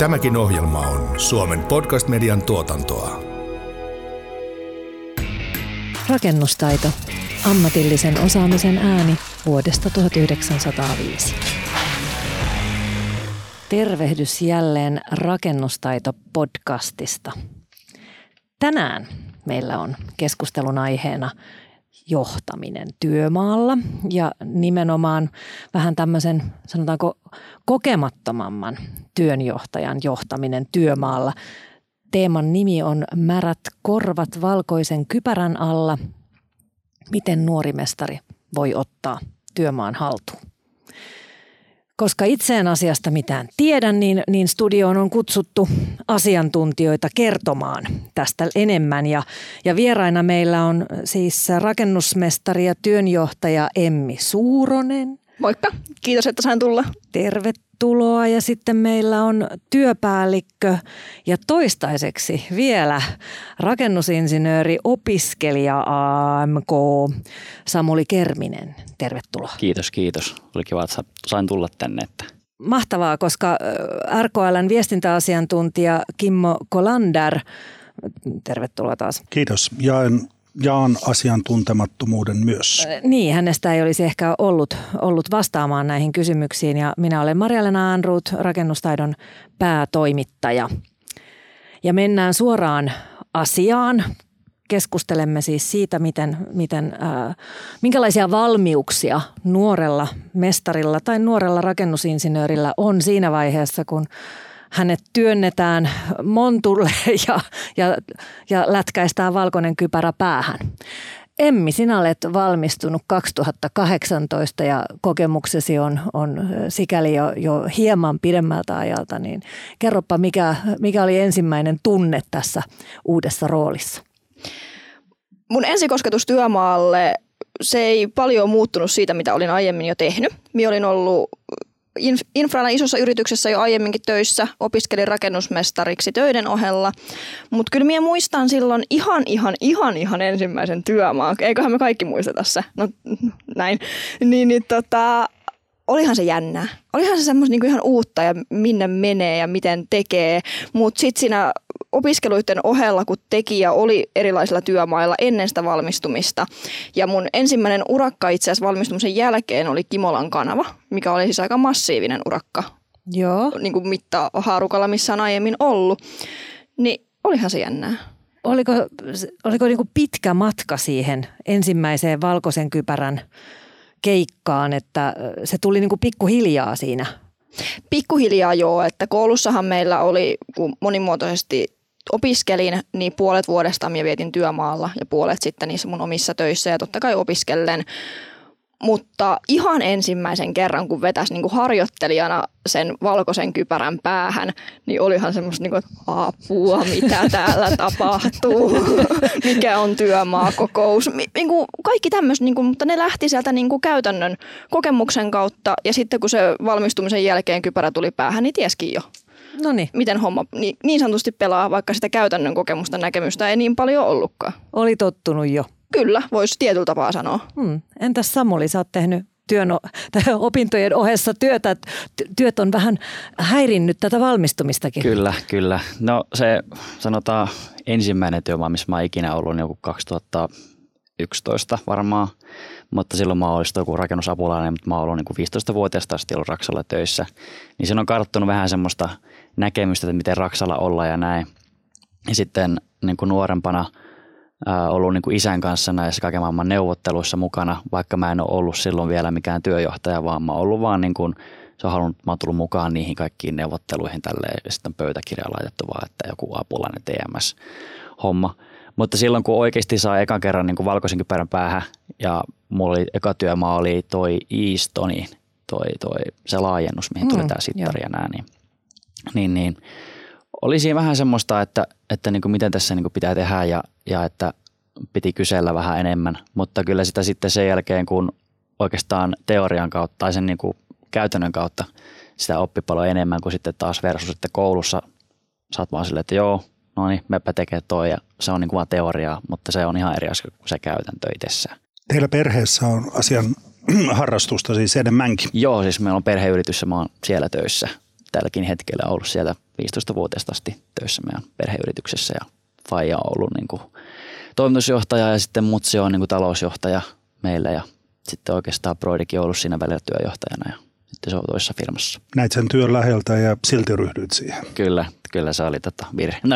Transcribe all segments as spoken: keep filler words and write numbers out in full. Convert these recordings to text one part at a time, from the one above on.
Tämäkin ohjelma on Suomen podcast-median tuotantoa. Rakennustaito. Ammatillisen osaamisen ääni vuodesta tuhatyhdeksänsataaviisi. Tervehdys jälleen Rakennustaito-podcastista. Tänään meillä on keskustelun aiheena johtaminen työmaalla ja nimenomaan vähän tämmöisen, sanotaanko, kokemattomamman työnjohtajan johtaminen työmaalla. Teeman nimi on Märät korvat valkoisen kypärän alla. Miten nuori mestari voi ottaa työmaan haltuun? Koska itse en asiasta mitään tiedän, niin, niin studioon on kutsuttu asiantuntijoita kertomaan tästä enemmän. Ja, ja vieraina meillä on siis rakennusmestari ja työnjohtaja Emmi Suuronen. Moikka, kiitos että sain tulla. Tervetuloa. Ja sitten meillä on työpäällikkö ja toistaiseksi vielä rakennusinsinööri, opiskelija A M K Samuli Kerminen. Tervetuloa. Kiitos, kiitos. Oli kiva, että sain tulla tänne. Että. Mahtavaa, koska R K L:n viestintäasiantuntija Kimmo Kolander, tervetuloa taas. Kiitos. Jaan, jaan asiantuntemattomuuden myös. Niin, hänestä ei olisi ehkä ollut, ollut vastaamaan näihin kysymyksiin. Ja minä olen Marja-Leena Anruth, Rakennustaidon päätoimittaja. Ja mennään suoraan asiaan. Keskustelemme siis siitä, miten, miten, ää, minkälaisia valmiuksia nuorella mestarilla tai nuorella rakennusinsinöörillä on siinä vaiheessa, kun hänet työnnetään montulle ja, ja, ja lätkäistään valkoinen kypärä päähän. Emmi, sinä olet valmistunut kaksituhattakahdeksantoista ja kokemuksesi on, on sikäli jo, jo hieman pidemmältä ajalta. Niin kerropa, mikä, mikä oli ensimmäinen tunne tässä uudessa roolissa? Mun ensikosketus työmaalle, se ei paljon muuttunut siitä, mitä olin aiemmin jo tehnyt. Minä olin ollut infrana isossa yrityksessä jo aiemminkin töissä, opiskelin rakennusmestariksi töiden ohella. Mutta kyllä minä muistan silloin ihan, ihan, ihan, ihan ensimmäisen työmaan. Eiköhän me kaikki muista tässä. No näin. Niin, niin tota, olihan se jännää. Olihan se semmoista niinku ihan uutta ja minne menee ja miten tekee. Mutta sitten siinä opiskeluiden ohella, kun tekijä oli erilaisilla työmailla ennen sitä valmistumista. Ja mun ensimmäinen urakka itse asiassa valmistumisen jälkeen oli Kimolan kanava, mikä oli siis aika massiivinen urakka. Joo. Niin kuin mittahaarukalla, missä on aiemmin ollut. Niin olihan se jännää. Oliko, oliko niin kuin pitkä matka siihen ensimmäiseen valkoisen kypärän keikkaan, että se tuli niin kuin pikkuhiljaa siinä? Pikkuhiljaa joo, että koulussahan meillä oli, kun monimuotoisesti opiskelin, niin puolet vuodesta minä vietin työmaalla ja puolet sitten niissä mun omissa töissä ja totta kai opiskellen. Mutta ihan ensimmäisen kerran, kun vetäisi niin kuin harjoittelijana sen valkoisen kypärän päähän, niin olihan semmoista, niin kuin, että apua, mitä täällä tapahtuu, mikä on työmaakokous. Niin kuin kaikki tämmöistä, niin kuin, mutta ne lähti sieltä niin kuin käytännön kokemuksen kautta ja sitten kun se valmistumisen jälkeen kypärä tuli päähän, niin tieskin jo. Noniin. Miten homma niin, niin sanotusti pelaa, vaikka sitä käytännön kokemusta näkemystä ei niin paljon ollutkaan. Oli tottunut jo. Kyllä, voisi tietyllä tapaa sanoa. Hmm. Entäs Samuli, sä oot tehnyt työn, tai opintojen ohessa työtä. Työt on vähän häirinnyt tätä valmistumistakin. Kyllä, kyllä. No se sanotaan ensimmäinen työmaa, missä mä oon ikinä ollut, niin joku kaksituhattayksitoista varmaan. Mutta silloin mä olin joku rakennusapulainen, mutta mä oon ollut niin kuin viisitoistavuotiaasta asti ollut Raksalla töissä. Niin se on karttunut vähän semmoista näkemystä, että miten Raksalla ollaan ja näin. Ja sitten niin kuin nuorempana ää, ollut niin kuin isän kanssa näissä kaiken maailman neuvotteluissa mukana, vaikka mä en ole ollut silloin vielä mikään työjohtaja, vaan mä oon ollut vaan niin kuin, se on halunnut, mä oon tullut mukaan niihin kaikkiin neuvotteluihin tälleen, ja sitten pöytäkirja laitettu vaan, että joku apulainen T M S-homma. Mutta silloin, kun oikeasti saa ekan kerran niin kuin valkoisen kypärän päähän ja mulla oli eka työmaa oli toi Eastoni, toi, toi, se laajennus, mihin tuli mm, tämä sittari ja nää, niin, niin, niin oli siinä vähän semmoista, että, että niin kuin miten tässä niin kuin pitää tehdä ja, ja että piti kysellä vähän enemmän. Mutta kyllä sitä sitten sen jälkeen, kun oikeastaan teorian kautta tai sen niin kuin käytännön kautta sitä oppi paljon enemmän kuin sitten taas versus sitten koulussa sä oot vaan silleen, että joo, no niin, meppä tekee toi ja se on niin kuin vaan teoriaa, mutta se on ihan eri asia kuin se käytäntö itsessään. Teillä perheessä on asian harrastusta siis enemmänkin. Joo, siis meillä on perheyritys ja mä oon siellä töissä. tälläkin hetkellä ollut sieltä viisitoistavuotiaasta asti töissä meidän perheyrityksessä ja faija on ollut niin kuin toimitusjohtaja ja sitten mutsi on niin kuin talousjohtaja meillä ja sitten oikeastaan Broidikin on ollut siinä välillä työjohtajana ja sitten se on toisessa firmassa. Näit sen työn läheltä ja silti ryhdyit siihen. Kyllä, kyllä se oli tota virhe. No.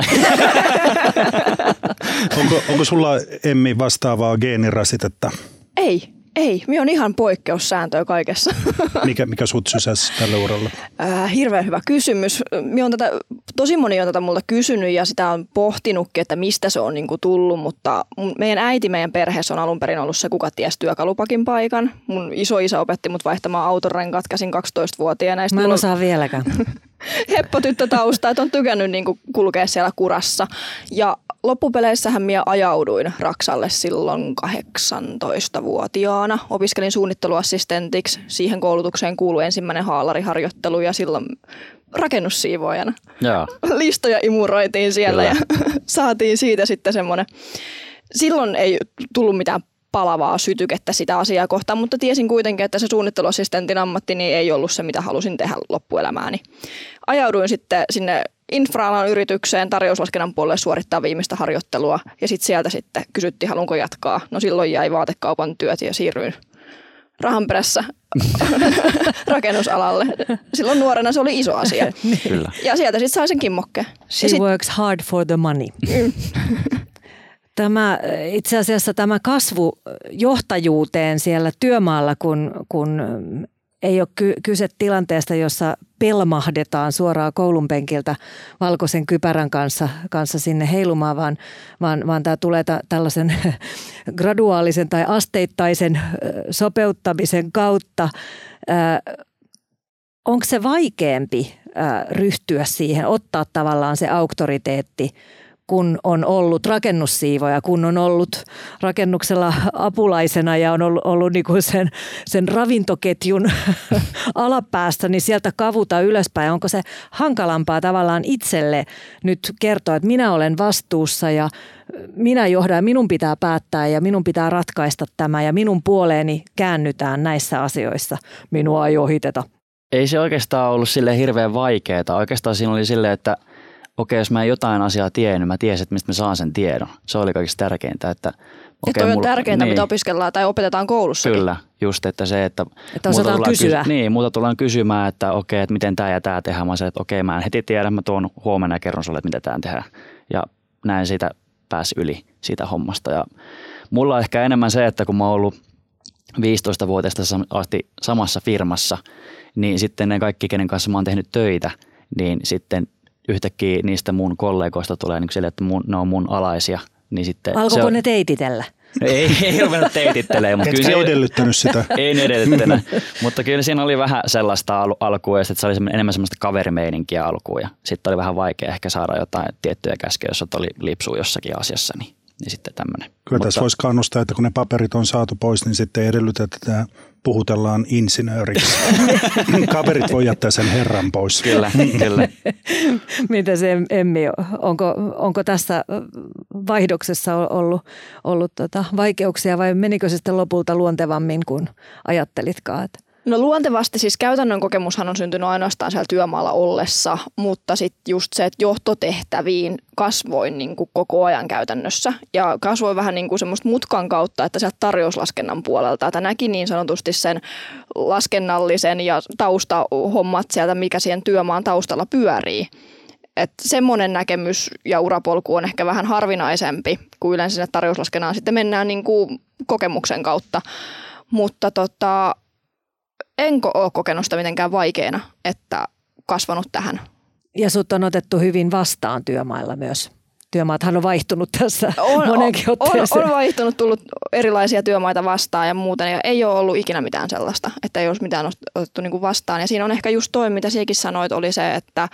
onko, onko sulla, Emmi, vastaavaa geenirasitetta? Ei, ei. Minä on ihan poikkeussääntöä kaikessa. Mikä, mikä sut sysäsi tälle uralle? Äh, hirveän hyvä kysymys. Minä on tätä, tosi moni on tätä multa kysynyt ja sitä on pohtinutkin, että mistä se on niinku tullut, mutta meidän äiti meidän perheessä on alun perin ollut se, kuka ties työkalupakin paikan. Mun isoisä opetti mut vaihtamaan autorenkaat käsin kaksitoistavuotiaana. Mä en osaa vieläkään. Heppotyttö tausta, että on tykännyt niinku kulkea siellä kurassa. Ja loppupeleissähän minä ajauduin Raksalle silloin kahdeksantoistavuotiaana. Opiskelin suunnitteluassistentiksi. Siihen koulutukseen kuului ensimmäinen haalariharjoittelu ja silloin rakennussiivoojana. Joo. Listoja imuroitiin siellä Kyllä. ja saatiin siitä sitten semmoinen. Silloin ei tullut mitään palavaa sytykettä sitä asiaa kohtaan, mutta tiesin kuitenkin, että se suunnitteluassistentin ammatti niin ei ollut se, mitä halusin tehdä loppuelämääni. Ajauduin sitten sinne infra-alan yritykseen tarjouslaskennan puolelle suorittaa viimeistä harjoittelua ja sitten sieltä sitten kysyttiin, haluanko jatkaa. No silloin jäi vaatekaupan työt ja siirryin rahan perässä rakennusalalle. Silloin nuorena se oli iso asia. Kyllä. Ja sieltä sitten sai sen kimmokkeen. She sit... works hard for the money. Tämä, itse asiassa tämä kasvu johtajuuteen siellä työmaalla, kun, kun ei ole ky- kyse tilanteesta, jossa pelmahdetaan suoraan koulun penkiltä valkoisen kypärän kanssa, kanssa sinne heilumaan, vaan, vaan, vaan tämä tulee ta- tällaisen graduaalisen tai asteittaisen sopeuttamisen kautta. Onko se vaikeampi ryhtyä siihen, ottaa tavallaan se auktoriteetti, kun on ollut rakennussiivoja, kun on ollut rakennuksella apulaisena ja on ollut, ollut niinku sen, sen ravintoketjun alapäästä, niin sieltä kavuta ylöspäin. Onko se hankalampaa tavallaan itselle nyt kertoa, että minä olen vastuussa ja minä johdan, minun pitää päättää ja minun pitää ratkaista tämä ja minun puoleeni käännytään näissä asioissa. Minua ei ohiteta. Ei se oikeastaan ollut silleen hirveän vaikeaa. Oikeastaan siinä oli silleen, että okei, jos mä en jotain asiaa tiennyt, mä tiesin, että mistä mä saan sen tiedon. Se oli kaikista tärkeintä. Että, ja toi on mulla, tärkeintä, niin, mitä opiskellaan tai opetetaan koulussakin. Kyllä, just, että se, että, että osataan kysyä. Kysy, niin, muuta tullaan kysymään, että okei, että miten tämä ja tämä tehdään. Mä sanoin, että okei, mä en heti tiedä, mä tuon huomenna ja kerron sulle, että mitä tämä tehdään. Ja näin siitä pääsi yli siitä hommasta. Ja mulla on ehkä enemmän se, että kun mä oon ollut viisitoistavuotiaasta asti samassa firmassa, niin sitten ne kaikki, kenen kanssa mä oon tehnyt töitä, niin sitten yhtäkkiä niistä mun kollegoista tulee niin sille, että mun, ne on mun alaisia. Niin sitten alkoiko on, ne teititellä? Ei, ei ruvennut teitittelemään. Etkä kyllä edellyttänyt sitä? Ei edellyttänyt, mutta kyllä siinä oli vähän sellaista al- alkua ja sitten se oli enemmän semmoista kaverimeininkiä alkuun ja sitten oli vähän vaikea ehkä saada jotain tiettyjä käskyjä, jos oli lipsua jossakin asiassa, niin, niin sitten tämmöinen. Kyllä tässä voisi kannustaa, että kun ne paperit on saatu pois, niin sitten ei edellytä, että tämä puhutellaan insinööriksi. Kaverit voi jättää sen herran pois. Kyllä, kyllä. Miten se Emmi, onko, onko tässä vaihdoksessa ollut, ollut tota vaikeuksia vai menikö se sitten lopulta luontevammin kuin ajattelitkaan? No luontevasti siis käytännön kokemushan on syntynyt ainoastaan siellä työmaalla ollessa, mutta sitten just se, että johtotehtäviin kasvoin niin kuin koko ajan käytännössä. Ja kasvoin vähän niin kuin semmoista mutkan kautta, että sieltä tarjouslaskennan puolelta, että näki niin sanotusti sen laskennallisen ja taustahommat sieltä, mikä siihen työmaan taustalla pyörii. Että semmoinen näkemys ja urapolku on ehkä vähän harvinaisempi, kuin yleensä sinne tarjouslaskennan sitten mennään niin kuin kokemuksen kautta. Mutta tota... enkä ole kokenut sitä mitenkään vaikeana, että kasvanut tähän. Ja sut on otettu hyvin vastaan työmailla myös. Työmaathan on vaihtunut tässä on, monenkin otteeseen. On, on vaihtunut, tullut erilaisia työmaita vastaan ja muuten. Ja ei ole ollut ikinä mitään sellaista, että ei olisi mitään otettu niin kuin vastaan. Ja siinä on ehkä just toi, mitä sinäkin sanoit, oli se, että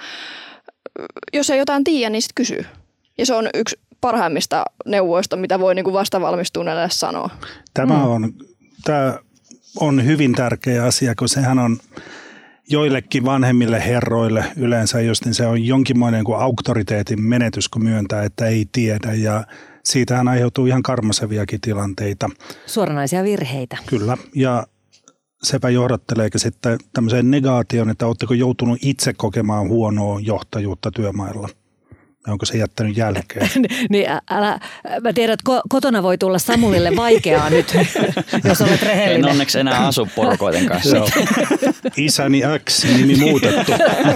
jos ei jotain tiedä, niin sitten kysyy. Ja se on yksi parhaimmista neuvoista, mitä voi niin kuin vastavalmistuneelle sanoa. Tämä mm. on... Tämä on hyvin tärkeä asia, kun sehän on joillekin vanhemmille herroille yleensä just, niin se on jonkinmoinen kuin auktoriteetin menetys, kun myöntää, että ei tiedä ja siitähän aiheutuu ihan karmaseviakin tilanteita. Suoranaisia virheitä. Kyllä ja sepä johdatteleeko sitten tämmöiseen negaatioon, että oletteko joutunut itse kokemaan huonoa johtajuutta työmailla? Onko se jättänyt jälkeen? niin älä, mä tiedän, että kotona voi tulla Samulille vaikeaa nyt, jos olet rehellinen. En onneksi enää asu porukoiden kanssa. Isäni X, nimi muutettu.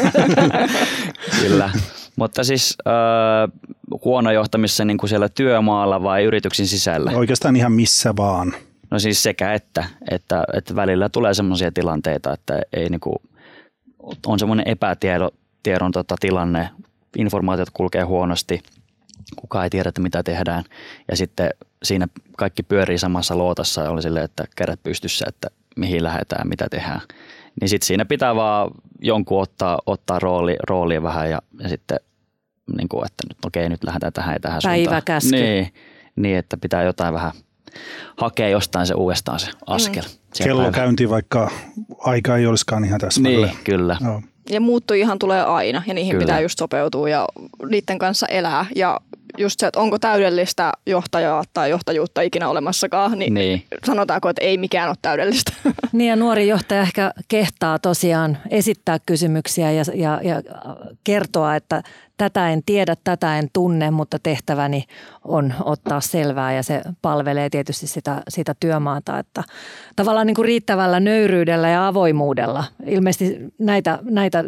Kyllä. Mutta siis äh, huono johtamissa niin kuin siellä työmaalla vai yrityksen sisällä? Oikeastaan ihan missä vaan. No siis sekä että, että, että välillä tulee sellaisia tilanteita, että ei niin kuin, on semmoinen epätiedon tota, tilanne, informaatiot kulkee huonosti, kukaan ei tiedä, että mitä tehdään ja sitten siinä kaikki pyörii samassa lootassa ja oli silleen, että kädet pystyssä, että mihin lähdetään, mitä tehdään. Niin sitten siinä pitää vaan jonkun ottaa, ottaa rooli, roolia vähän ja, ja sitten niin kuin, että nyt, okei, nyt lähdetään tähän ja tähän suuntaan. Päiväkäsky. Niin, niin, että pitää jotain vähän hakea jostain se uudestaan se askel. Mm. Kello päivä. Käynti, vaikka aika ei olisikaan ihan täsmälleen. Niin, kyllä. No. Ja muuttujihan tulee aina ja niihin Kyllä. pitää just sopeutua ja niiden kanssa elää. Ja just se, että onko täydellistä johtajaa tai johtajuutta ikinä olemassakaan, niin, niin. sanotaanko, että ei mikään ole täydellistä. Niin ja nuori johtaja ehkä kehtaa tosiaan esittää kysymyksiä ja, ja, ja kertoa, että tätä en tiedä, tätä en tunne, mutta tehtäväni on ottaa selvää ja se palvelee tietysti sitä, sitä työmaata, että tavallaan niin kuin riittävällä nöyryydellä ja avoimuudella. Ilmeisesti näitä, näitä,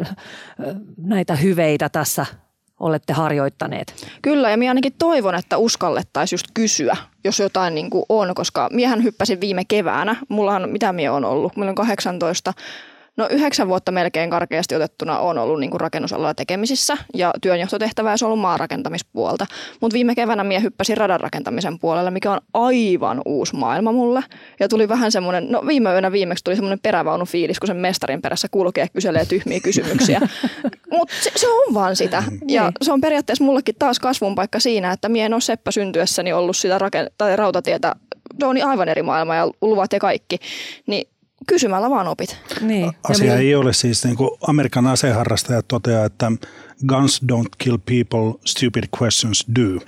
näitä hyveitä tässä olette harjoittaneet. Kyllä, ja minä ainakin toivon, että uskallettaisiin just kysyä, jos jotain niin kuin on, koska miehän hyppäsin viime keväänä. Mullahan, mitä minä olen ollut? Meillä on kahdeksantoista, no yhdeksän vuotta melkein karkeasti otettuna on ollut niin kuin rakennusalalla tekemisissä ja työnjohtotehtävä on ollut maarakentamispuolta. Mutta viime keväänä minä hyppäsin radan rakentamisen puolelle, mikä on aivan uusi maailma mulle. Ja tuli vähän semmoinen, no viime yönä viimeksi tuli semmoinen perävaunufiilis, kun sen mestarin perässä kulkee ja kyselee tyhmiä kysymyksiä. Mutta se, se on vaan sitä. Ja se on periaatteessa mullekin taas kasvun paikka siinä, että minä en ole seppä syntyessäni ollut sitä raken- tai rautatietä. Se on aivan eri maailma ja luvat ja kaikki. Niin kysymällä vaan opit. Niin. Asia ei ole siis, niin kuin Amerikan aseharrastajat toteaa, että guns don't kill people, stupid questions do.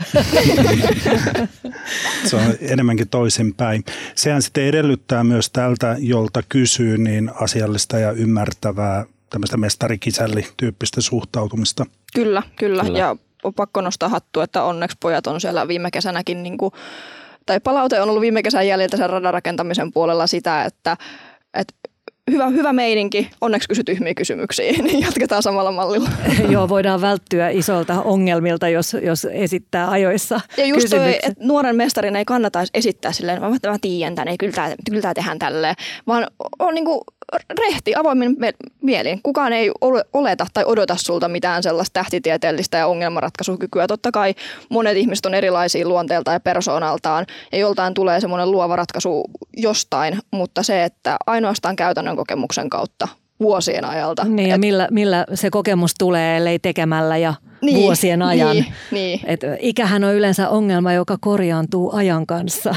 Se on enemmänkin toisinpäin. Sehän sitten edellyttää myös tältä, jolta kysyy, niin asiallista ja ymmärtävää tämmöistä mestarikisälli-tyyppistä suhtautumista. Kyllä, kyllä, kyllä. Ja on pakko nostaa hattua, että onneksi pojat on siellä viime kesänäkin, niin kuin, tai palaute on ollut viime kesän jäljiltä sen radan rakentamisen puolella sitä, että että hyvä, hyvä meininki, onneksi kysy tyhmiä kysymyksiä, niin jatketaan samalla mallilla. Joo, voidaan välttyä isolta ongelmilta, jos, jos esittää ajoissa ja just kysymyksiä. toi, että nuoren mestarin ei kannata esittää silleen, että mä tiedän tänne, kyllä tämä, kyllä tämä tehdään tälleen, vaan on niin kuin rehti, avoimin mielin. Kukaan ei oleta tai odota sulta mitään sellaista tähtitieteellistä ja ongelmanratkaisukykyä. Totta kai monet ihmiset on erilaisia luonteeltaan ja persoonaltaan ja joltain tulee semmoinen luova ratkaisu jostain, mutta se, että ainoastaan käytännön kokemuksen kautta vuosien ajalta. Niin ja et, millä, millä se kokemus tulee, ellei tekemällä ja niin, vuosien ajan. Niin, niin. Et ikähän on yleensä ongelma, joka korjaantuu ajan kanssa.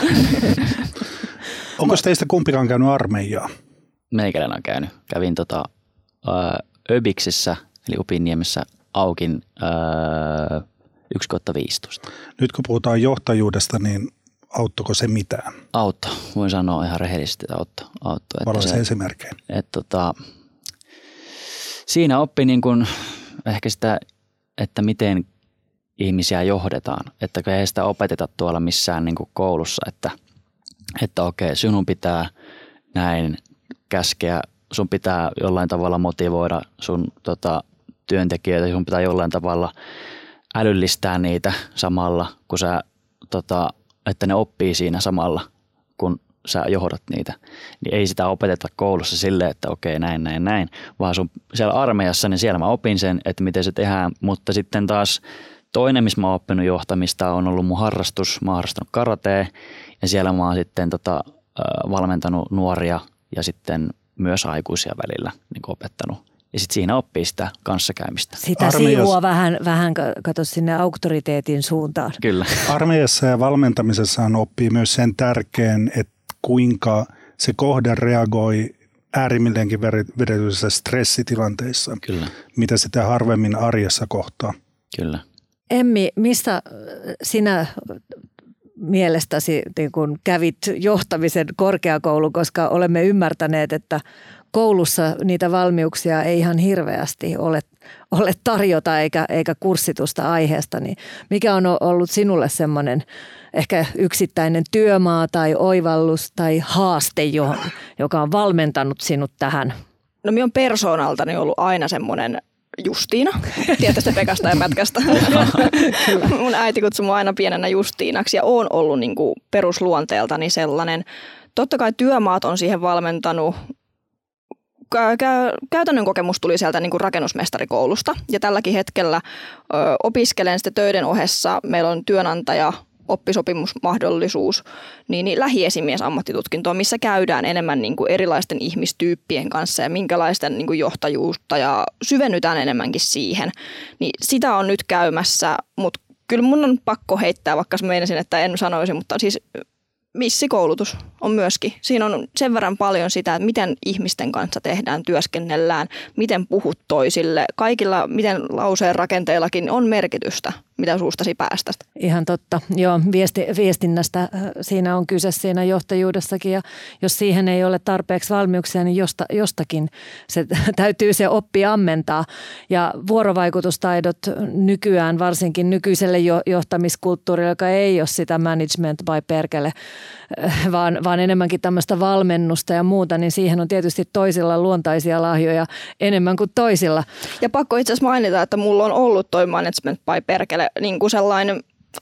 Onko teistä kumpikaan käynyt armeijaa? Meikäläinen on käynyt. Kävin tota, ö, Öbiksissä, eli Opinniemessä Aukin ö, yksi kautta viisitoista. Nyt kun puhutaan johtajuudesta, niin auttoiko se mitään? Autto. Voin sanoa ihan rehellisesti, että autto. autto Valaise esimerkkejä. Et, tota, siinä oppi niin kun, ehkä sitä, että miten ihmisiä johdetaan. Että ei sitä opeteta tuolla missään niin kuin koulussa, että, että okei, sinun pitää näin käskeä, sun pitää jollain tavalla motivoida sun tota, työntekijöitä, sun pitää jollain tavalla älyllistää niitä samalla, kun sä, tota, että ne oppii siinä samalla, kun sä johdat niitä. Niin ei sitä opeteta koulussa silleen, että okei näin, näin, näin, vaan sun siellä armeijassa, niin siellä mä opin sen, että miten se tehdään, mutta sitten taas toinen, missä mä oon oppinut johtamista, on ollut mun harrastus. Mä oon harrastanut karatea ja siellä mä oon sitten tota, valmentanut nuoria ja sitten myös aikuisia välillä niin kuin opettanut. Ja sitten siinä oppii sitä kanssakäymistä. Sitä siivua vähän, vähän kato sinne auktoriteetin suuntaan. Kyllä. Armeijassa ja valmentamisessahan oppii myös sen tärkeän, että kuinka se kohde reagoi äärimmilleenkin vedetyissä stressitilanteissa. Kyllä. Mitä sitä harvemmin arjessa kohtaa. Kyllä. Emmi, mistä sinä mielestäsi niin kun kävit johtamisen korkeakoulu, koska olemme ymmärtäneet, että koulussa niitä valmiuksia ei ihan hirveästi ole, ole tarjota eikä, eikä kurssitusta aiheesta. Niin mikä on ollut sinulle semmoinen ehkä yksittäinen työmaa tai oivallus tai haaste, joka on valmentanut sinut tähän? No minä on persoonaltani ollut aina semmoinen Justiina, tietysti Pekasta ja Pätkästä. Mun äiti kutsui mua aina pienenä Justiinaksi ja oon ollut niin kuin perusluonteeltani sellainen. Totta kai työmaat on siihen valmentanut. Käytännön kokemus tuli sieltä niin kuin rakennusmestarikoulusta ja tälläkin hetkellä ö, opiskelen sitten töiden ohessa. Meillä on työnantaja, oppisopimusmahdollisuus, niin, niin lähiesimiesammattitutkintoa, ammattitutkintoa, missä käydään enemmän niin kuin erilaisten ihmistyyppien kanssa ja minkälaisten niin kuin johtajuutta ja syvennytään enemmänkin siihen. Niin sitä on nyt käymässä, mutta kyllä mun on pakko heittää, vaikka meinasin, että en sanoisi, mutta siis missikoulutus on myöskin. Siinä on sen verran paljon sitä, että miten ihmisten kanssa tehdään, työskennellään, miten puhut toisille. Kaikilla, miten lauseen rakenteellakin on merkitystä, mitä suustasi päästä. Ihan totta. Joo, viesti, viestinnästä siinä on kyse siinä johtajuudessakin ja jos siihen ei ole tarpeeksi valmiuksia, niin josta, jostakin se täytyy se oppi ammentaa. Ja vuorovaikutustaidot nykyään, varsinkin nykyiselle johtamiskulttuurille, joka ei ole sitä management by perkele, vaan, vaan enemmänkin tämmöistä valmennusta ja muuta, niin siihen on tietysti toisilla luontaisia lahjoja enemmän kuin toisilla. Ja pakko itse asiassa mainita, että mulla on ollut toi management by perkele niin kuin sellainen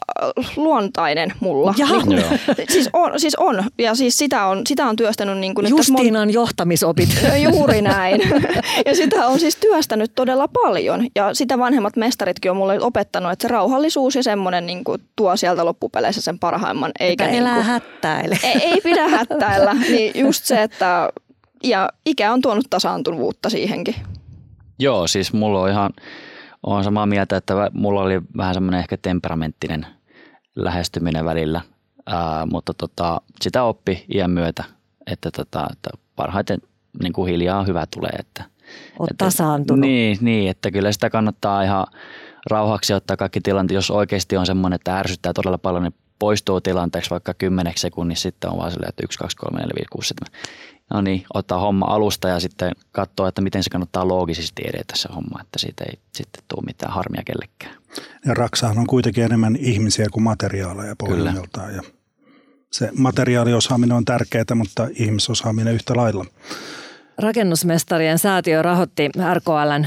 luontainen mulla. Niin, siis, on, siis on. Ja siis sitä on, sitä on työstänyt. Niin kuin Justiinan mon... johtamisopit. Juuri näin. Ja sitä on siis työstänyt todella paljon. Ja sitä vanhemmat mestaritkin on mulle opettanut, että se rauhallisuus ja semmoinen niin kuin tuo sieltä loppupeleissä sen parhaimman. Eikä että elää niin kuin, hättäile. Ei, ei pidä hättäillä. Niin just se, että ja ikä on tuonut tasaantuvuutta siihenkin. Joo, siis mulla on ihan... Olen samaa mieltä, että mulla oli vähän semmoinen ehkä temperamenttinen lähestyminen välillä, ää, mutta tota, sitä oppi iän myötä, että, tota, että parhaiten niin kuin hiljaa hyvä tulee. Että, Olet tasaantunut. Niin, niin, että kyllä sitä kannattaa ihan rauhaksi ottaa kaikki tilanteet. Jos oikeasti on semmoinen, että ärsyttää todella paljon, niin poistuu tilanteeksi vaikka kymmeneksi sekunnissa, sitten on vaan silleen, että yksi, kaksi, kolme, neljä, viisi, kuusi, seitsemän. No niin, ottaa homma alusta ja sitten katsoa, että miten se kannattaa loogisesti edetä se homma, että siitä ei sitten tule mitään harmia kellekään. Ja Raksahan on kuitenkin enemmän ihmisiä kuin materiaaleja pohjimmiltaan. Ja se materiaaliosaaminen on tärkeää, mutta ihmisosaaminen yhtä lailla. Rakennusmestarien säätiö rahoitti R K L:n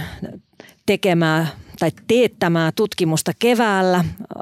tekemää tai teettämää tutkimusta keväällä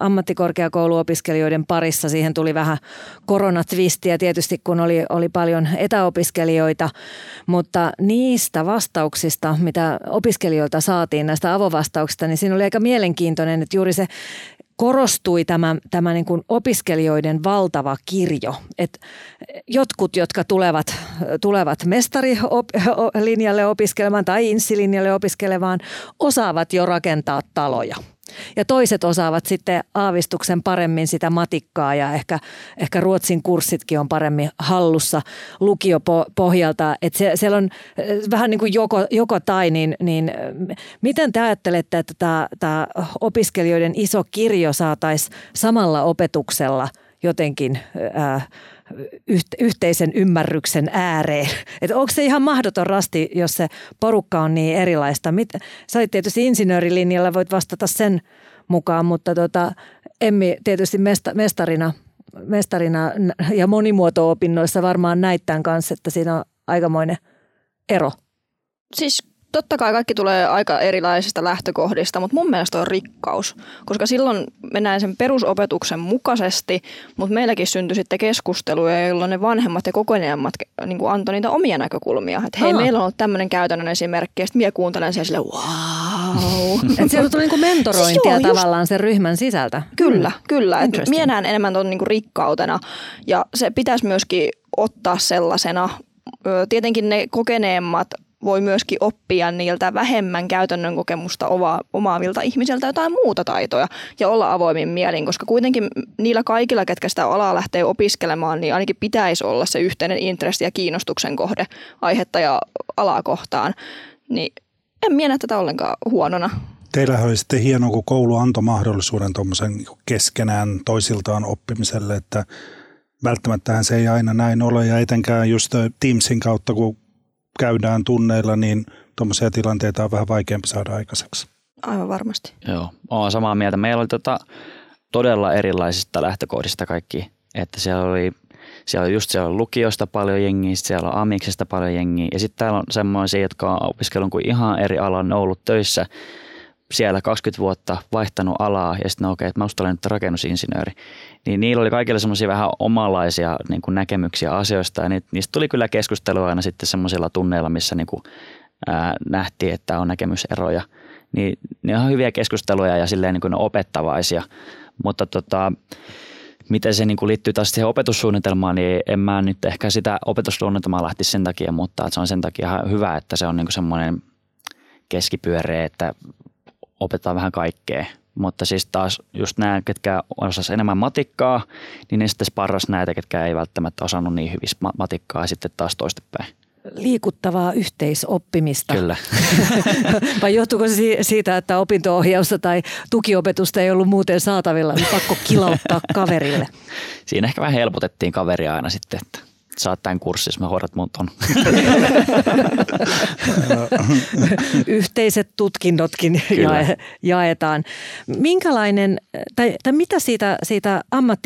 ammattikorkeakouluopiskelijoiden parissa. Siihen tuli vähän koronatwistiä tietysti, kun oli, oli paljon etäopiskelijoita, mutta niistä vastauksista, mitä opiskelijoilta saatiin, näistä avovastauksista, niin siinä oli aika mielenkiintoinen, että juuri se korostui tämä, tämä niin kuin opiskelijoiden valtava kirjo. Et jotkut, jotka tulevat, tulevat mestarilinjalle opiskelemaan tai inssilinjalle opiskelemaan, osaavat jo rakentaa taloja. Ja toiset osaavat sitten aavistuksen paremmin sitä matikkaa ja ehkä, ehkä Ruotsin kurssitkin on paremmin hallussa lukiopohjalta. Että se, siellä on vähän niin kuin joko, joko tai, niin, niin miten te ajattelette, että tämä, tämä opiskelijoiden iso kirjo saataisiin samalla opetuksella jotenkin ää, yhteisen ymmärryksen ääreen. Että onko se ihan mahdoton rasti, jos se porukka on niin erilaista? Mit, sä olit tietysti insinöörilinjalla, voit vastata sen mukaan, mutta tota, Emmi tietysti mesta, mestarina, mestarina ja monimuoto-opinnoissa varmaan näit tämän kanssa, että siinä on aikamoinen ero. Siis totta kai kaikki tulee aika erilaisista lähtökohdista, mutta mun mielestä on rikkaus, koska silloin mennään sen perusopetuksen mukaisesti, mutta meilläkin syntyi sitten keskusteluja, jolloin ne vanhemmat ja kokeneemmat niin kuin antoi niitä omia näkökulmia. Että hei, Aa. meillä on ollut tämmöinen käytännön esimerkki, ja sitten minä kuuntelen siellä silleen, wow. Että siellä tuli niin kuin mentorointia siis joo, tavallaan just sen ryhmän sisältä. Kyllä, kyllä. Minä näen enemmän tuon niin kuin rikkautena, ja se pitäisi myöskin ottaa sellaisena. Tietenkin ne kokeneemmat voi myöskin oppia niiltä vähemmän käytännön kokemusta omaavilta ihmisiltä jotain muuta taitoja ja olla avoimin mielin, koska kuitenkin niillä kaikilla, ketkä sitä alaa lähtee opiskelemaan, niin ainakin pitäisi olla se yhteinen intressi ja kiinnostuksen kohde aihetta ja alaa kohtaan. Niin en mielestä tätä ollenkaan huonona. Teillähän oli sitten hienoa, kun koulu antoi mahdollisuuden tuommoisen keskenään toisiltaan oppimiselle, että välttämättähän se ei aina näin ole ja etenkään just Teamsin kautta, kun käydään tunneilla, niin tuommoisia tilanteita on vähän vaikeampi saada aikaiseksi. Aivan varmasti. Joo, olen samaa mieltä. Meillä oli tota todella erilaisista lähtökohdista kaikki, että siellä oli, siellä oli just siellä on lukiosta paljon jengiä, siellä on amiksesta paljon jengiä ja sitten täällä on semmoisia, jotka on opiskellut kuin ihan eri alan, ne on ollut töissä siellä kaksikymmentä vuotta, vaihtanut alaa ja sitten okei, okay, että mä olen nyt rakennusinsinööri. Niin niillä oli kaikille semmoisia vähän omanlaisia niin kuin näkemyksiä asioista ja niistä tuli kyllä keskustelua aina sitten semmoisilla tunneilla, missä niin kuin, ää, nähtiin, että on näkemyseroja. Niin ne on hyviä keskusteluja ja silleen niin kuin ne opettavaisia, mutta tota, miten se niin kuin liittyy taas siihen opetussuunnitelmaan, niin en mä nyt ehkä sitä opetussuunnitelmaa lähtisi sen takia, mutta se on sen takia ihan hyvä, että se on niin kuin semmoinen keskipyöreä, että opetetaan vähän kaikkea. Mutta siis taas just nämä, ketkä osasivat enemmän matikkaa, niin ne sitten sparras näitä, ketkä ei välttämättä osannut niin hyvin matikkaa ja sitten taas toistepäin. Liikuttavaa yhteisoppimista. Kyllä. Vai johtuuko se siitä, että opinto-ohjausta tai tukiopetusta ei ollut muuten saatavilla, niin pakko kilauttaa kaverille? Siinä ehkä vähän helpotettiin kaveria aina sitten, että saat tämän kurssin, jos mä hoidat mun ton. Yhteiset tutkinnotkin jae, jaetaan. Minkälainen, tai, tai mitä siitä, siitä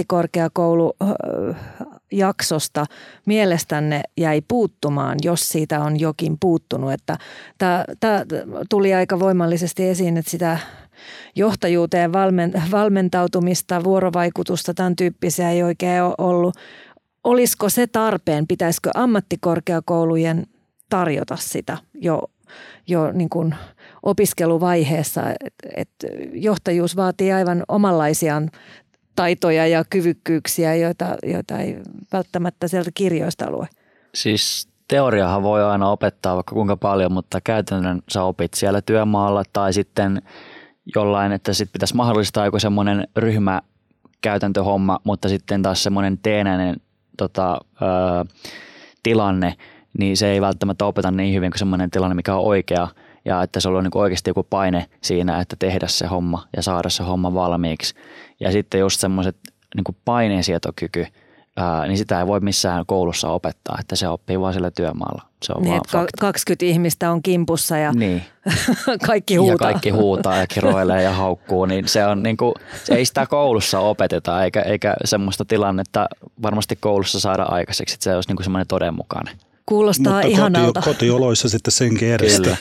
ammattikorkeakoulujaksosta mielestänne jäi puuttumaan, jos siitä on jokin puuttunut? Että tämä, tämä tuli aika voimallisesti esiin, että sitä johtajuuteen valmentautumista, vuorovaikutusta, tämän tyyppisiä ei oikein ole ollut. Olisiko se tarpeen, pitäisikö ammattikorkeakoulujen tarjota sitä jo, jo niin kuin opiskeluvaiheessa, että et johtajuus vaatii aivan omanlaisiaan taitoja ja kyvykkyyksiä, joita, joita ei välttämättä sieltä kirjoista lue? Siis teoriahan voi aina opettaa vaikka kuinka paljon, mutta käytännön sä opit siellä työmaalla tai sitten jollain, että sit pitäisi mahdollistaa joku semmoinen ryhmäkäytäntöhomma, mutta sitten taas semmoinen teenäinen Tota, ö, tilanne, niin se ei välttämättä opeta niin hyvin kuin semmoinen tilanne, mikä on oikea ja että se on niin oikeasti joku paine siinä, että tehdä se homma ja saada se homma valmiiksi. Ja sitten just semmoiset niin paineensietokyky, ää, niin sitä ei voi missään koulussa opettaa, että se oppii vaan sillä työmaalla. Se on niin, vaan että kaksikymmentä ihmistä on kimpussa ja niin. kaikki huutaa. Ja kaikki huutaa ja kiroilee ja haukkuu, niin se on niin kuin, ei sitä koulussa opeteta eikä, eikä semmoista tilannetta varmasti koulussa saada aikaiseksi, että se olisi niin kuin semmoinen todenmukainen. Kuulostaa mutta ihanalta. Koti, kotioloissa sitten senkin edestä.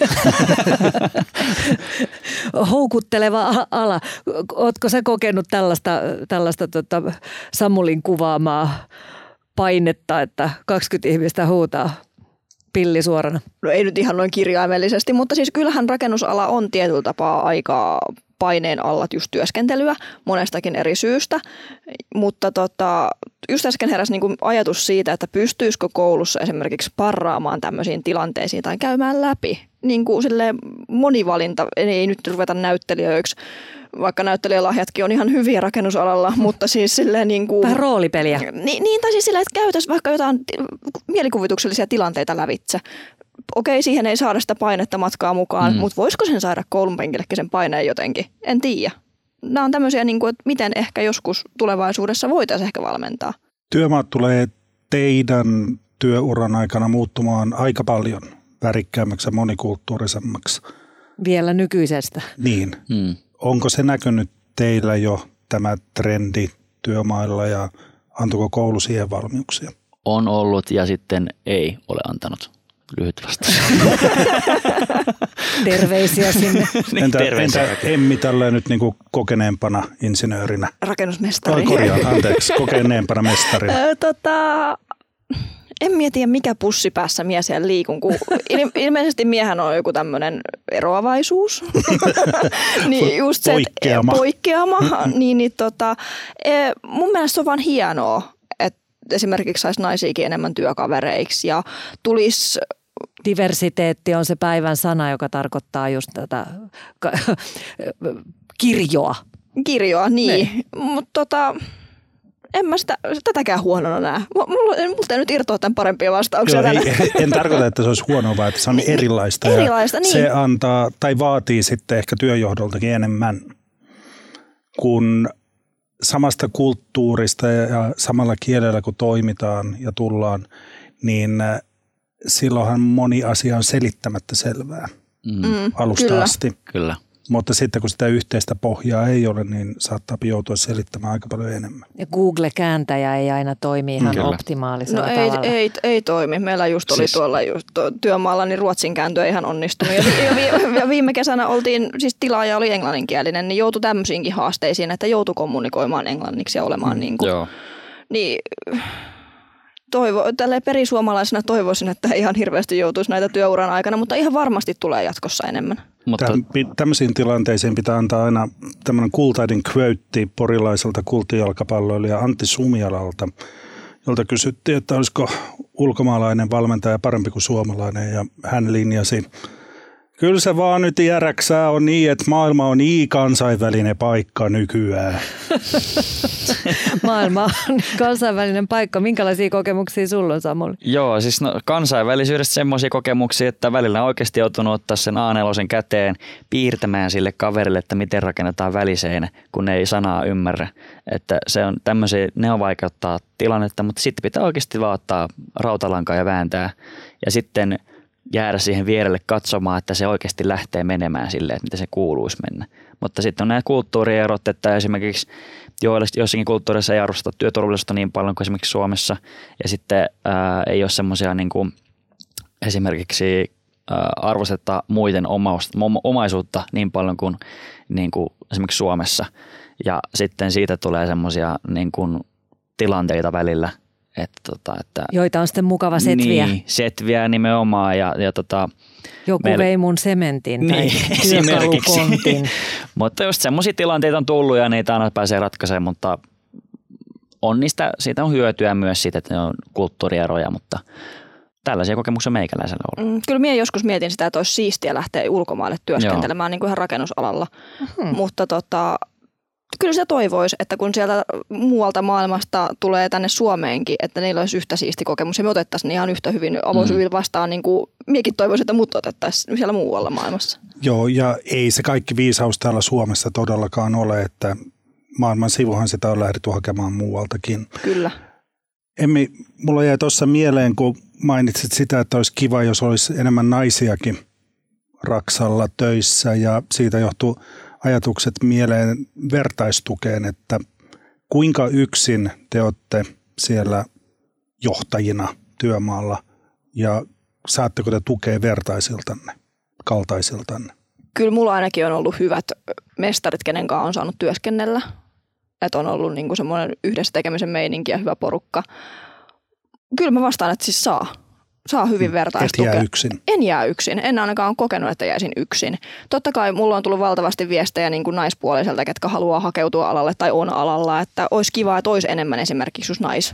Houkutteleva ala. Ootko sä kokenut tällaista, tällaista tota Samulin kuvaamaa painetta, että kaksikymmentä ihmistä huutaa pilli suorana? No ei nyt ihan noin kirjaimellisesti, mutta siis kyllähän rakennusala on tietyllä tapaa aika paineen alla just työskentelyä monestakin eri syystä, mutta tota, just äsken heräsi niin kuin ajatus siitä, että pystyisikö koulussa esimerkiksi parraamaan tämmöisiin tilanteisiin tai käymään läpi. Niin kuin silleen monivalinta, ei nyt ruveta näyttelijöiksi, vaikka näyttelijälahjatkin on ihan hyviä rakennusalalla, mutta siis silleen niin kuin... Vähän roolipeliä. Niin, niin tai siis silleen, että käytäisiin vaikka jotain mielikuvituksellisia tilanteita lävitse. Okei, siihen ei saada sitä painetta matkaa mukaan, mm. mutta voisiko sen saada koulun penkillekin sen paineen jotenkin? En tiedä. Nämä on tämmöisiä, niin kuin, että miten ehkä joskus tulevaisuudessa voitaisiin ehkä valmentaa. Työmaat tulee teidän työuran aikana muuttumaan aika paljon värikkäämmäksi ja monikulttuurisemmaksi. Vielä nykyisestä. Niin. Mm. Onko se näkynyt teillä jo tämä trendi työmailla ja antoiko koulu siihen valmiuksia? On ollut ja sitten ei ole antanut. Lyhyt vastaus. Terveisiä sinne. niin, entä, entä Emmi tällä nyt niin kuin kokeneempana insinöörinä? Rakennusmestari. Oh, korjaan, anteeksi, kokeneempana mestarina. tota, en mietiä mikä pussi päässä mies siellä liikun, kun ilmeisesti miehän on joku tämmöinen eroavaisuus. niin just se, poikkeama. poikkeama niin, niin, tota, mun mielestä se on vaan hienoa, että esimerkiksi saisi naisiakin enemmän työkavereiksi ja tulisi... Diversiteetti on se päivän sana, joka tarkoittaa just tätä kirjoa. Kirjoa, niin. Mutta tota, en mä sitä, tätäkään huonona näe. Multa ei nyt irtoa tämän parempia vastauksia. Joo, ei, en tarkoita, että se olisi huonoa, vaan että se on erilaista. Erilaista, niin. Se antaa tai vaatii sitten ehkä työjohdoltakin enemmän kuin samasta kulttuurista ja samalla kielellä kun toimitaan ja tullaan, niin silloinhan moni asia on selittämättä selvää mm. alusta Kyllä. asti. Kyllä. Mutta sitten kun sitä yhteistä pohjaa ei ole, niin saattaa joutua selittämään aika paljon enemmän. Ja Google-kääntäjä ei aina toimi ihan Kyllä. optimaalisella No tavalla. ei, ei, ei toimi. Meillä just oli Siis- tuolla just työmaalla, niin ruotsin kääntö ei ihan onnistunut. Ja, vi- ja viime kesänä oltiin, siis tilaaja oli englanninkielinen, niin joutui tämmöisiinkin haasteisiin, että joutui kommunikoimaan englanniksi ja olemaan niin kuin, Joo. niin toivo, tälleen perisuomalaisena toivoisin, että ei ihan hirveästi joutuisi näitä työuran aikana, mutta ihan varmasti tulee jatkossa enemmän. Mutta Täm, tämmöisiin tilanteisiin pitää antaa aina tämmöinen kultainen quote porilaiselta kulttijalkapalloilija Antti Sumialalta, jolta kysyttiin, että olisiko ulkomaalainen valmentaja parempi kuin suomalainen, ja hän linjasi: kyllä se vaan nyt järäksää on niin, että maailma on niin kansainvälinen paikka nykyään. Maailma on kansainvälinen paikka. Minkälaisia kokemuksia sulla on, Samuli? Joo, siis no, kansainvälisyydestä semmoisia kokemuksia, että välillä on oikeasti joutunut ottaa sen A neljä käteen piirtämään sille kaverille, että miten rakennetaan väliseinä, kun ne ei sanaa ymmärrä. Että se on tämmöisiä, ne on vaikeuttaa tilannetta, mutta sitten pitää oikeasti vaan ottaa rautalankaa ja vääntää. Ja sitten jäädä siihen vierelle katsomaan, että se oikeasti lähtee menemään silleen, että miten se kuuluisi mennä. Mutta sitten on nämä kulttuurierot, että esimerkiksi joissakin kulttuureissa ei arvosteta työturvallisuutta niin paljon kuin esimerkiksi Suomessa. Ja sitten ää, ei ole semmoisia niin kuin esimerkiksi ää, arvosteta muiden omaista, omaisuutta niin paljon kuin, niin kuin esimerkiksi Suomessa. Ja sitten siitä tulee semmoisia niin kuin tilanteita välillä, Että, tota, että, Joita on sitten mukava setviä. Niin, setviä nimenomaan. Ja, ja tota, Joku meillä, vei mun sementin niin, tai työkalukontin. Mutta just semmoisia tilanteita on tullut ja niitä aina pääsee ratkaisemaan, mutta on niistä, siitä on hyötyä myös siitä, että ne on kulttuurieroja, mutta tällaisia kokemuksia meikäläisellä on ollut. Mm, kyllä minä joskus mietin sitä, että olisi siistiä lähteä ulkomaille työskentelemään niin kuin ihan rakennusalalla, Hmm. mutta tota, kyllä sitä toivoisi, että kun sieltä muualta maailmasta tulee tänne Suomeenkin, että niillä olisi yhtä siisti kokemus ja me otettaisiin ihan yhtä hyvin avoisuudella vastaan, niin kuin minäkin toivoisin, että mut otettaisiin siellä muualla maailmassa. Joo, ja ei se kaikki viisaus täällä Suomessa todellakaan ole, että maailman sivuhan sitä on lähdetty hakemaan muualtakin. Kyllä. Emmi, mulla jäi tuossa mieleen, kun mainitsit sitä, että olisi kiva, jos olisi enemmän naisiakin Raksalla töissä, ja siitä johtuu ajatukset mieleen vertaistukeen, että kuinka yksin te olette siellä johtajina työmaalla ja saatteko te tukea vertaisiltanne, kaltaisiltanne? Kyllä mulla ainakin on ollut hyvät mestarit, kenen kanssa on saanut työskennellä. Että on ollut niinku semmoinen yhdessä tekemisen meininki ja hyvä porukka. Kyllä mä vastaan, että siis saa. Saa hyvin vertaistukea. Et jää yksin. En jää yksin. En ainakaan kokenut, että jäisin yksin. Totta kai mulla on tullut valtavasti viestejä niin kuin naispuoliselta, ketkä haluaa hakeutua alalle tai on alalla. Että olisi kiva, että olisi enemmän esimerkiksi just nais,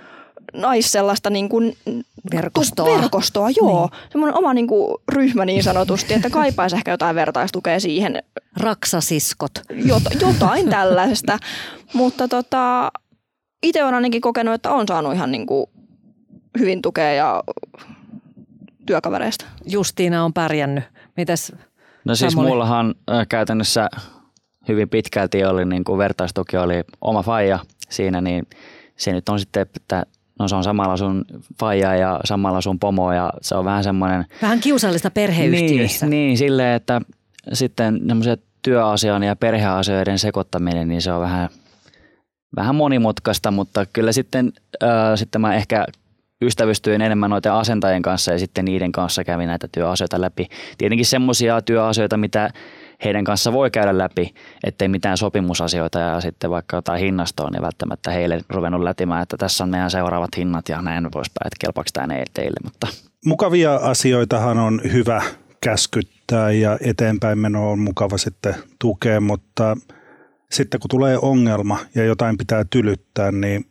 nais sellaista niin kuin Verkostoa. Verkostoa, joo. Niin. Semmoinen oma niin kuin ryhmä niin sanotusti, että kaipaisi ehkä jotain vertaistukea siihen. Raksasiskot. Jot, jotain tällaisesta. Mutta tota, itse olen ainakin kokenut, että on saanut ihan niin kuin hyvin tukea ja työkavereista. Justiina on pärjännyt. Mitäs No siis Samuli? mullahan äh, käytännössä hyvin pitkälti oli niin kuin vertaistuki oli oma faija siinä, niin se nyt on sitten, että no se on samalla sun faija ja samalla sun pomo ja se on vähän semmoinen. Vähän kiusallista perheyhtiöissä. Niin, niin silleen, että sitten semmoiset työasioiden ja perheasioiden sekoittaminen, niin se on vähän, vähän monimutkaista, mutta kyllä sitten, äh, sitten mä ehkä ystävystyin enemmän noiden asentajien kanssa ja sitten niiden kanssa kävin näitä työasioita läpi. Tietenkin semmoisia työasioita, mitä heidän kanssa voi käydä läpi, ettei mitään sopimusasioita ja sitten vaikka jotain hinnastoa, niin välttämättä heille ruvennut lätimään, että tässä on meidän seuraavat hinnat ja näin poispäin, että kelpaako tämä teille. Mutta. Mukavia asioitahan on hyvä käskyttää ja eteenpäin meno on mukava sitten tukea, mutta sitten kun tulee ongelma ja jotain pitää tylyttää, niin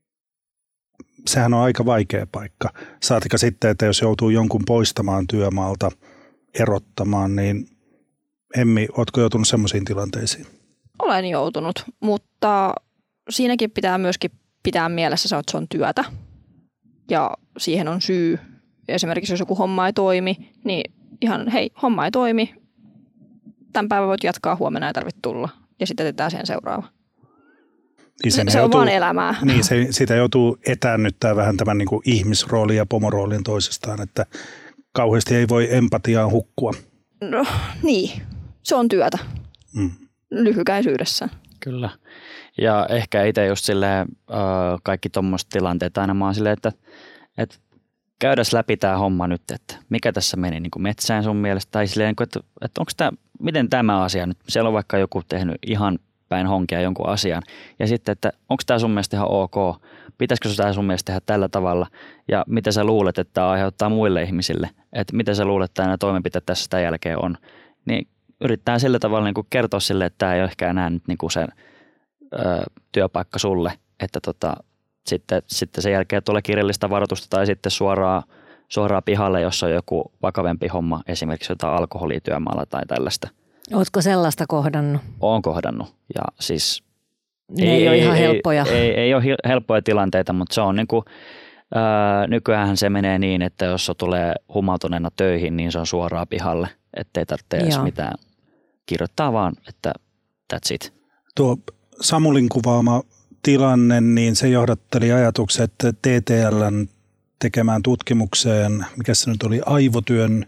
sehän on aika vaikea paikka. Saatika sitten, että jos joutuu jonkun poistamaan työmaalta, erottamaan, niin Emmi, ootko joutunut semmoisiin tilanteisiin? Olen joutunut, mutta siinäkin pitää myöskin pitää mielessä, että se on työtä ja siihen on syy. Esimerkiksi jos joku homma ei toimi, niin ihan hei, homma ei toimi, tämän päivän voit jatkaa, huomenna ei tarvitse tulla ja sitten tetään sen seuraava. Niin se joutuu, on vaan elämää. Niin, se, sitä joutuu etäännyttämään vähän tämän niin kuin ihmisroolin ja pomoroolin toisestaan, että kauheasti ei voi empatiaan hukkua. No niin, se on työtä mm. lyhykäisyydessä. Kyllä. Ja ehkä itse just silleen kaikki tuommoiset tilanteet aina mä oon silleen, että, että käydäs läpi tämä homma nyt, että mikä tässä meni niin kuin metsään sun mielestä, tai silleen, että, että onko tämä, miten tämä asia nyt, siellä on vaikka joku tehnyt ihan päin honkia jonkun asian, ja sitten, että onko tämä sun mielestä ihan ok, pitäisikö tämä sun mielestä tehdä tällä tavalla, ja mitä sä luulet, että tämä aiheuttaa muille ihmisille, että mitä sä luulet, että nämä toimenpiteet tässä sitä jälkeen on, niin yrittää sillä tavalla niin kuin kertoa sille, että tämä ei ole ehkä enää nyt niin kuin se ö, työpaikka sulle, että tota, sitten, sitten sen jälkeen tulee kirjallista varoitusta tai sitten suoraan, suoraan pihalle, jos on joku vakavempi homma, esimerkiksi jotain alkoholia työmaalla tai tällaista. Ootko sellaista kohdannut? Oon kohdannut ja siis ne ei, ei ole ihan ei, helppoja. Ei, ei, ei ole helppoja tilanteita, mutta se on niin kuin, ää, nykyään se menee niin, että jos se tulee humaltuneena töihin, niin se on suoraan pihalle, ettei tarvitse edes mitään kirjoittaa vaan, että that's it. Tuo Samulin kuvaama tilanne, niin se johdatteli ajatukset T T L:n tekemään tutkimukseen, mikä se nyt oli, aivotyön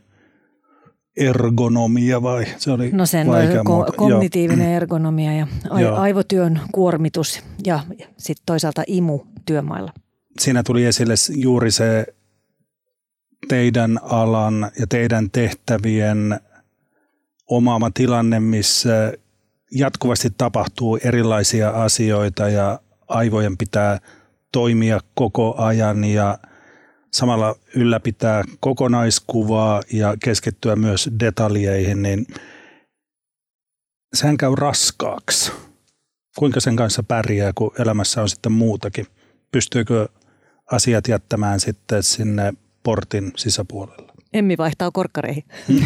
ergonomia vai? Se oli no sen ko- kognitiivinen Joo. ergonomia ja a- aivotyön kuormitus ja sitten toisaalta imu työmailla. Siinä tuli esille juuri se teidän alan ja teidän tehtävien omaama tilanne, missä jatkuvasti tapahtuu erilaisia asioita ja aivojen pitää toimia koko ajan ja samalla ylläpitää kokonaiskuvaa ja keskittyä myös detaljeihin, niin sehän käy raskaaksi. Kuinka sen kanssa pärjää, kun elämässä on sitten muutakin? Pystyykö asiat jättämään sitten sinne portin sisäpuolelle? Emmi vaihtaa korkkareihin.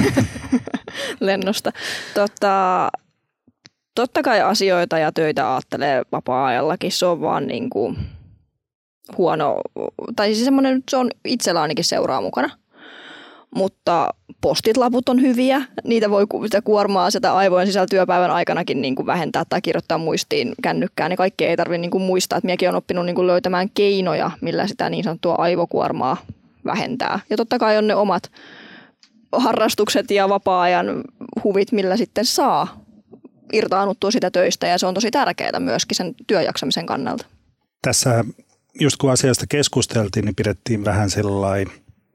Lennosta. Tota, totta kai asioita ja töitä ajattelee vapaa-ajallakin. Se on vaan niin kuin huono, tai siis semmoinen, se on itsellä ainakin seuraa mukana. Mutta postitlaput on hyviä. Niitä voi sitä kuormaa sitä aivojen sisällä työpäivän aikanakin niin kuin vähentää tai kirjoittaa muistiin kännykkään. Niin kaikkea ei tarvitse niin kuin muistaa. Että minäkin olen oppinut niin kuin löytämään keinoja, millä sitä niin sanottua aivokuormaa vähentää. Ja totta kai on ne omat harrastukset ja vapaa-ajan huvit, millä sitten saa irtaannuttua sitä töistä. Ja se on tosi tärkeää myöskin sen työjaksamisen kannalta. Tässä just kun asiasta keskusteltiin, niin pidettiin vähän sellainen,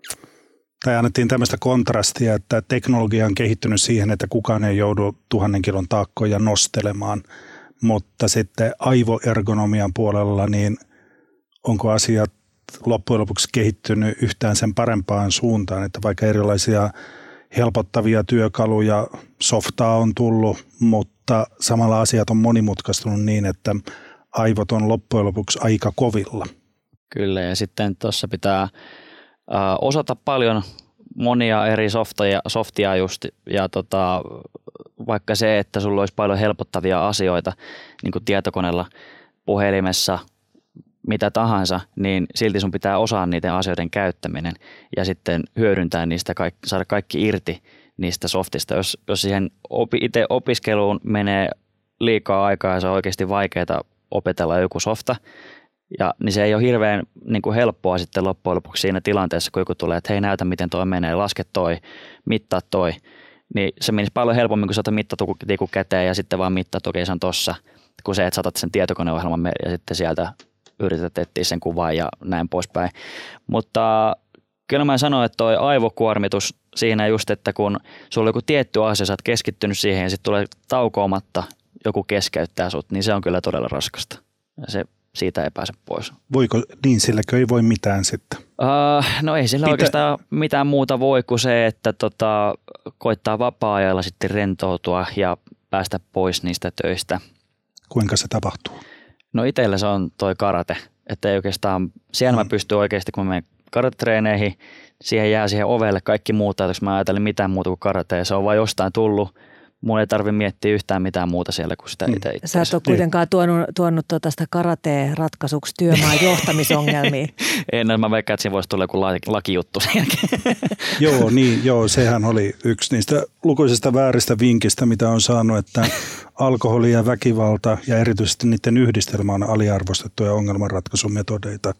tai annettiin tämmöistä kontrastia, että teknologia on kehittynyt siihen, että kukaan ei joudu tuhannen kilon taakkoja nostelemaan, mutta sitten aivoergonomian puolella, niin onko asiat loppujen lopuksi kehittynyt yhtään sen parempaan suuntaan, että vaikka erilaisia helpottavia työkaluja, softaa on tullut, mutta samalla asiat on monimutkaistunut niin, että aivot on loppujen lopuksi aika kovilla. Kyllä, ja sitten tuossa pitää äh, osata paljon monia eri softia, softia just, ja tota, vaikka se, että sulla olisi paljon helpottavia asioita niin kuin tietokoneella, puhelimessa, mitä tahansa, niin silti sun pitää osaa niiden asioiden käyttäminen ja sitten hyödyntää niistä, saada kaikki irti niistä softista. Jos, jos siihen opi, itse opiskeluun menee liikaa aikaa ja se on oikeasti vaikeaa opetella joku softa, ja, niin se ei ole hirveän niin kuin helppoa sitten loppujen lopuksi siinä tilanteessa, kun joku tulee, että hei näytä miten toi menee, laske toi, mittaa toi, niin se menisi paljon helpommin, kun sä otat mittatikun käteen ja sitten vaan mittaat, okei se on tossa, kun se, että sä otat sen tietokoneohjelman ja sitten sieltä yrität etsiä sen kuvan ja näin poispäin. Mutta kyllä mä sanoin, että toi aivokuormitus siinä just, että kun sulla on joku tietty asia, sä oot keskittynyt siihen ja sitten tulee taukoamatta, joku keskeyttää sut, niin se on kyllä todella raskasta. Se, siitä ei pääse pois. Voiko niin, silläkö ei voi mitään sitten? Uh, no ei sillä Pitä... oikeastaan mitään muuta voi kuin se, että tota, koittaa vapaa-ajalla sitten rentoutua ja päästä pois niistä töistä. Kuinka se tapahtuu? No itsellä se on toi karate, että ei oikeastaan, siellä mm. mä pystyn oikeasti, kun mä menen karatetreeneihin, siihen jää siihen ovelle kaikki muuta, että jos mä ajattelin mitään muuta kuin karate, se on vaan jostain tullut, mun ei tarvitse miettiä yhtään mitään muuta siellä kuin sitä itse itse. Sä et ole kuitenkaan tuonut, tuonut tuota sitä karatea-ratkaisuksi työmaan johtamisongelmia. Ei, no mä veikkaan, että siinä voisi tulla joku lakijuttu sen jälkeen. Joo, niin, joo, sehän oli yksi niistä lukuisista vääristä vinkistä, mitä on saanut, että alkoholi ja väkivalta ja erityisesti niiden yhdistelmä on aliarvostettuja ongelmanratkaisumetodeita.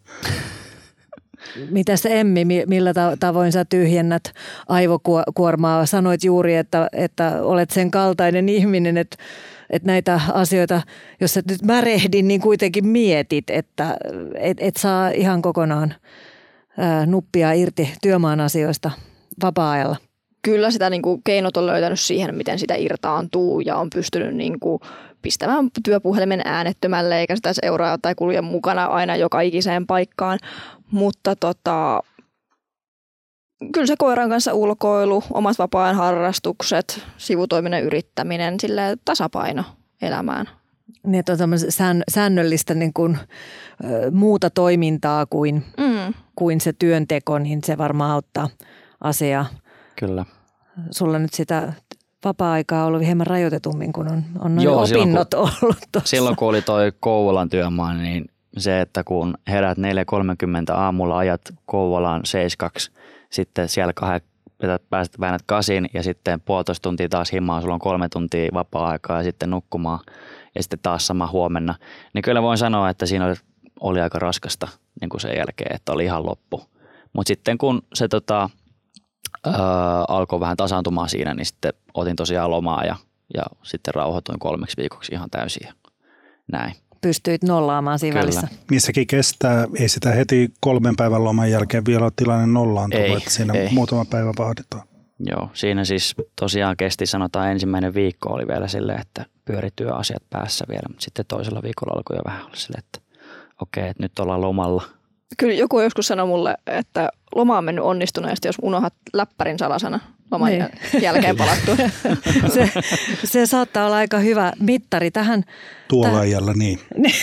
Mitäs Emmi, millä tavoin sä tyhjennät aivokuormaa? Sanoit juuri, että, että olet sen kaltainen ihminen, että, että näitä asioita, jos et nyt märehdin, niin kuitenkin mietit, että et, et saa ihan kokonaan ää, nuppia irti työmaan asioista vapaa-ajalla. Kyllä sitä niin kuin keinot on löytänyt siihen, miten sitä irtaantuu ja on pystynyt niin kuin pistämään työpuhelimen äänettömälle eikä sitä seuraa tai kulje mukana aina joka ikiseen paikkaan. Mutta tota, kyllä se koiran kanssa ulkoilu, omat vapaa-ajan harrastukset, sivutoiminen yrittäminen, sille tasapaino elämään. Niin, että on sään, säännöllistä niin kuin, ö, muuta toimintaa kuin, mm. kuin se työnteko, niin se varmaan auttaa asiaa. Kyllä. Sulla nyt sitä vapaa-aikaa on ollut hieman rajoitetummin, kun on, on noin Joo, opinnot silloin, kun, ollut tuossa. Silloin kun oli toi Kouvolan työmaa, niin se, että kun herät neljä kolmekymmentä aamulla, ajat Kouvolaan seiskaksi, sitten siellä kahden, pääset väännät kasin ja sitten puolitoista tuntia taas himaa, sulla on kolme tuntia vapaa-aikaa ja sitten nukkumaan ja sitten taas sama huomenna. Niin kyllä voin sanoa, että siinä oli, oli aika raskasta niin kuin sen jälkeen, että oli ihan loppu. Mutta sitten kun se tota, ää, alkoi vähän tasaantumaan siinä, niin sitten otin tosiaan lomaa ja, ja sitten rauhoituin kolmeksi viikoksi ihan täysin ja näin. Pystyit nollaamaan siinä Kyllä. välissä. Missäkin kestää, ei sitä heti kolmen päivän loman jälkeen vielä ole tilanne nollaantunut, Ei, että siinä ei. muutama päivä vaaditaan. Joo, siinä siis tosiaan kesti, sanotaan ensimmäinen viikko oli vielä silleen, että pyöri työasiat päässä vielä, mutta sitten toisella viikolla alkoi jo vähän olla silleen, että okei, että nyt ollaan lomalla. Kyllä joku joskus sanoi mulle, että loma on mennyt onnistuneesti, jos unohdat läppärin salasana loman niin. jälkeen palattua. se, se saattaa olla aika hyvä mittari tähän. Tuolla tähän. ajalla, niin.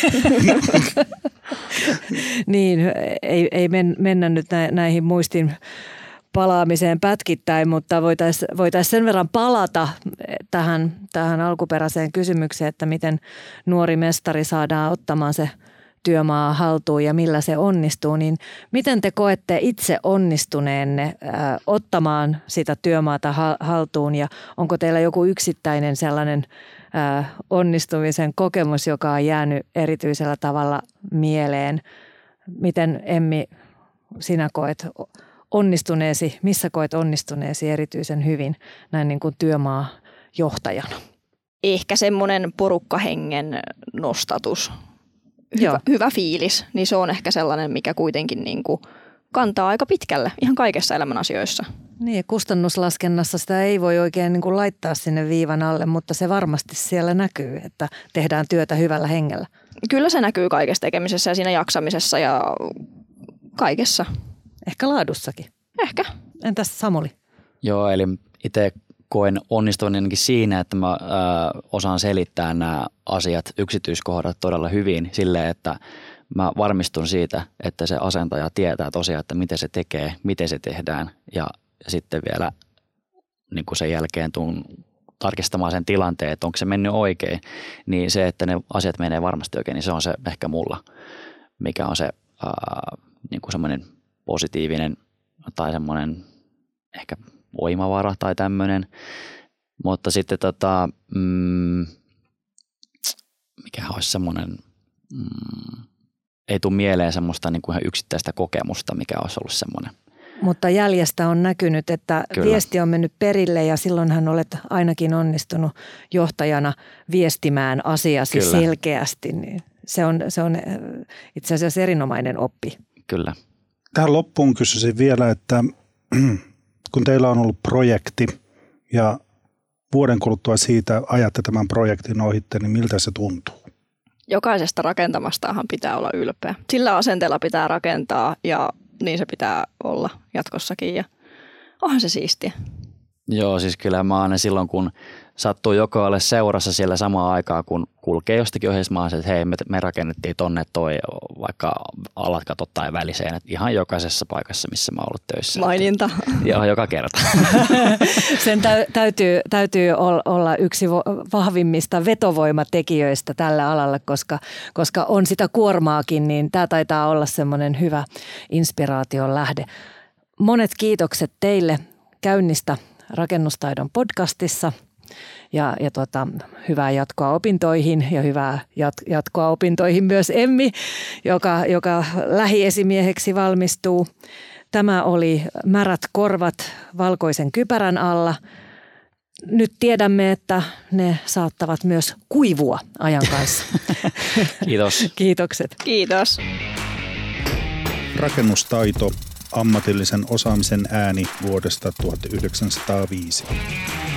niin, ei, ei men, mennä nyt näihin muistin palaamiseen pätkittäin, mutta voitaisiin voitais sen verran palata tähän, tähän alkuperäiseen kysymykseen, että miten nuori mestari saadaan ottamaan se työmaa haltuun ja millä se onnistuu, niin miten te koette itse onnistuneenne äh, ottamaan sitä työmaata haltuun ja onko teillä joku yksittäinen sellainen äh, onnistumisen kokemus, joka on jäänyt erityisellä tavalla mieleen? Miten Emmi, sinä koet onnistuneesi, missä koet onnistuneesi erityisen hyvin näin niin kuin työmaajohtajana? Ehkä semmoinen porukkahengen nostatus. Hyvä, hyvä fiilis, niin se on ehkä sellainen, mikä kuitenkin niin kuin kantaa aika pitkälle ihan kaikessa elämän asioissa. Niin, kustannuslaskennassa sitä ei voi oikein niin kuin laittaa sinne viivan alle, mutta se varmasti siellä näkyy, että tehdään työtä hyvällä hengellä. Kyllä se näkyy kaikessa tekemisessä ja siinä jaksamisessa ja kaikessa. Ehkä laadussakin. Ehkä. Entäs Samuli? Joo, eli itse koen onnistuneenikin siinä, että mä ö, osaan selittää nämä asiat, yksityiskohdat todella hyvin silleen, että mä varmistun siitä, että se asentaja tietää tosiaan, että miten se tekee, miten se tehdään ja, ja sitten vielä niin kuin sen jälkeen tuun tarkistamaan sen tilanteen, että onko se mennyt oikein, niin se, että ne asiat menee varmasti oikein, niin se on se ehkä mulla, mikä on se ää, niin kuin semmoinen positiivinen tai semmoinen ehkä voimavara tai tämmöinen, mutta sitten tota, mm, mikä olisi semmoinen, mm, ei tule mieleen semmoista niin kuin ihan yksittäistä kokemusta, mikä olisi ollut semmoinen. Mutta jäljestä on näkynyt, että Kyllä. viesti on mennyt perille ja silloinhan olet ainakin onnistunut johtajana viestimään asiasi Kyllä. selkeästi. Niin se on, se on itse asiassa erinomainen oppi. Kyllä. Tähän loppuun kysyisin vielä, että kun teillä on ollut projekti ja vuoden kuluttua siitä ajatte tämän projektin ohitte, niin miltä se tuntuu? Jokaisesta rakentamastaahan pitää olla ylpeä. Sillä asenteella pitää rakentaa ja niin se pitää olla jatkossakin ja onhan se siistiä. Joo, siis kyllä mä aina silloin, kun sattuu joko ole seurassa siellä samaan aikaan, kun kulkee jostakin ohjeessa maassa, että hei, me, me rakennettiin tonne toi vaikka alatkatot tai väliseen, että ihan jokaisessa paikassa, missä mä oon ollut töissä. Maininta. Joo, joka kerta. Sen täytyy, täytyy olla yksi vahvimmista vetovoimatekijöistä tällä alalla, koska, koska on sitä kuormaakin, niin tämä taitaa olla semmoinen hyvä inspiraation lähde. Monet kiitokset teille käynnistä Rakennustaidon podcastissa ja, ja tuota, hyvää jatkoa opintoihin ja hyvää jat, jatkoa opintoihin myös Emmi, joka, joka lähiesimieheksi valmistuu. Tämä oli Märät korvat valkoisen kypärän alla. Nyt tiedämme, että ne saattavat myös kuivua ajan kanssa. Kiitos. Kiitokset. Kiitos. Rakennustaito, ammatillisen osaamisen ääni vuodesta tuhatyhdeksänsataaviisi.